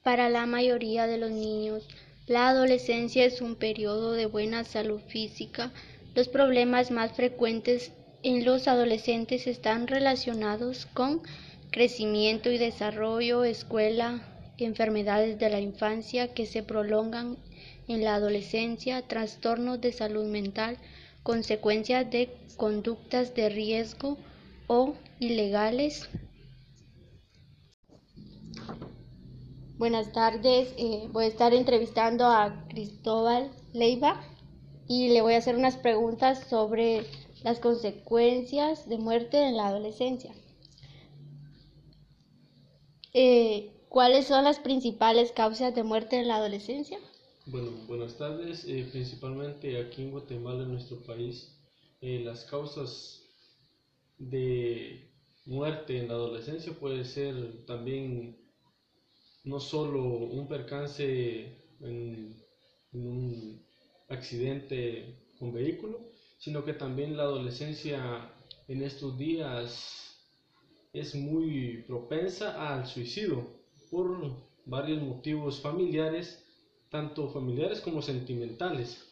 Para la mayoría de los niños, la adolescencia es un periodo de buena salud física. Los problemas más frecuentes en los adolescentes están relacionados con crecimiento y desarrollo, escuela, enfermedades de la infancia que se prolongan en la adolescencia, trastornos de salud mental, consecuencias de conductas de riesgo o ilegales. Buenas tardes, voy a estar entrevistando a Cristóbal Leiva y le voy a hacer unas preguntas sobre las consecuencias de muerte en la adolescencia. ¿Cuáles son las principales causas de muerte en la adolescencia? Bueno, buenas tardes. Principalmente aquí en Guatemala, en nuestro país, las causas de muerte en la adolescencia puede ser también no solo un percance en un accidente con vehículo, sino que también la adolescencia en estos días es muy propensa al suicidio por varios motivos familiares, tanto familiares como sentimentales.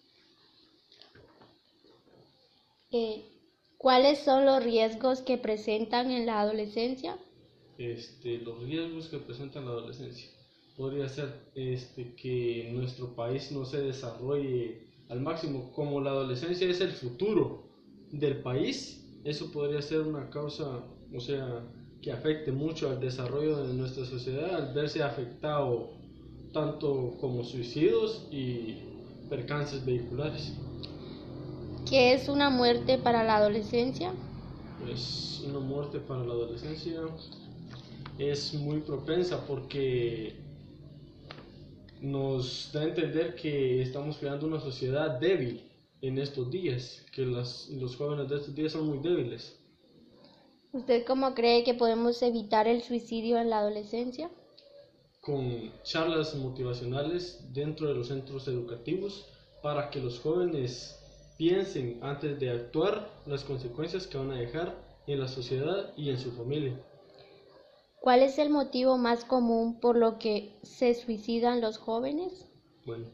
¿Cuáles son los riesgos que presentan en la adolescencia? Los riesgos que presenta la adolescencia podría ser que nuestro país no se desarrolle al máximo. Como la adolescencia es el futuro del país, eso podría ser una causa, o sea, que afecte mucho al desarrollo de nuestra sociedad al verse afectado tanto como suicidios y percances vehiculares. ¿Qué es una muerte para la adolescencia? Pues una muerte para la adolescencia es muy propensa porque nos da a entender que estamos creando una sociedad débil en estos días, que los jóvenes de estos días son muy débiles. ¿Usted cómo cree que podemos evitar el suicidio en la adolescencia? Con charlas motivacionales dentro de los centros educativos para que los jóvenes piensen antes de actuar las consecuencias que van a dejar en la sociedad y en su familia. ¿Cuál es el motivo más común por lo que se suicidan los jóvenes? Bueno,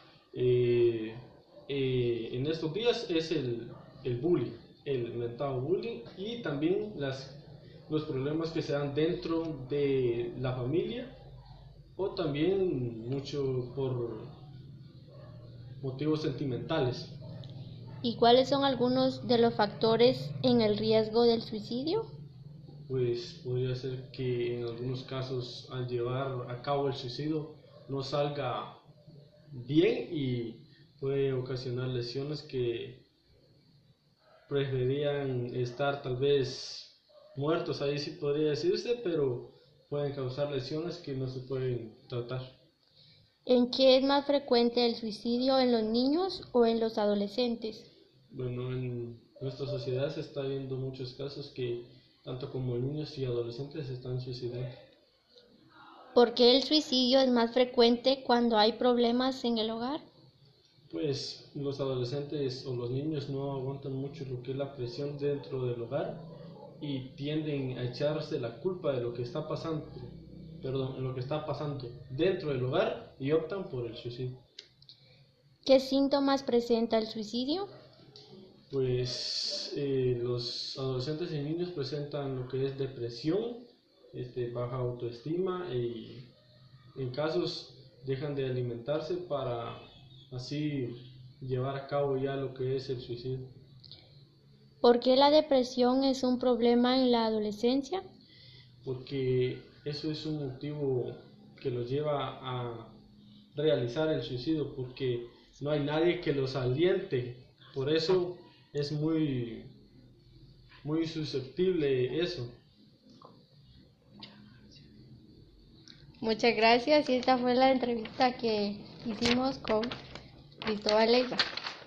en estos días es el bullying, el mentado bullying y también los problemas que se dan dentro de la familia o también mucho por motivos sentimentales. ¿Y cuáles son algunos de los factores en el riesgo del suicidio? Pues podría ser que en algunos casos al llevar a cabo el suicidio no salga bien y puede ocasionar lesiones que preferirían estar tal vez muertos, ahí sí podría decirse, pero pueden causar lesiones que no se pueden tratar. ¿En qué es más frecuente el suicidio, en los niños o en los adolescentes? Bueno, en nuestra sociedad se está viendo muchos casos que tanto como niños y adolescentes se están suicidando. ¿Por qué el suicidio es más frecuente cuando hay problemas en el hogar? Pues los adolescentes o los niños no aguantan mucho lo que es la presión dentro del hogar y tienden a echarse la culpa de lo que está pasando, lo que está pasando dentro del hogar y optan por el suicidio. ¿Qué síntomas presenta el suicidio? Pues los adolescentes y niños presentan lo que es depresión, baja autoestima y en casos dejan de alimentarse para así llevar a cabo ya lo que es el suicidio. ¿Por qué la depresión es un problema en la adolescencia? Porque eso es un motivo que los lleva a realizar el suicidio, porque no hay nadie que los aliente. Por eso es muy susceptible eso. Muchas gracias y esta fue la entrevista que hicimos con Cristóbal Leiva.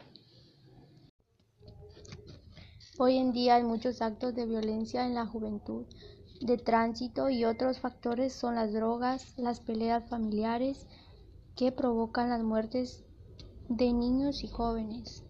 Hoy en día hay muchos actos de violencia en la juventud, de tránsito y otros factores son las drogas, las peleas familiares que provocan las muertes de niños y jóvenes.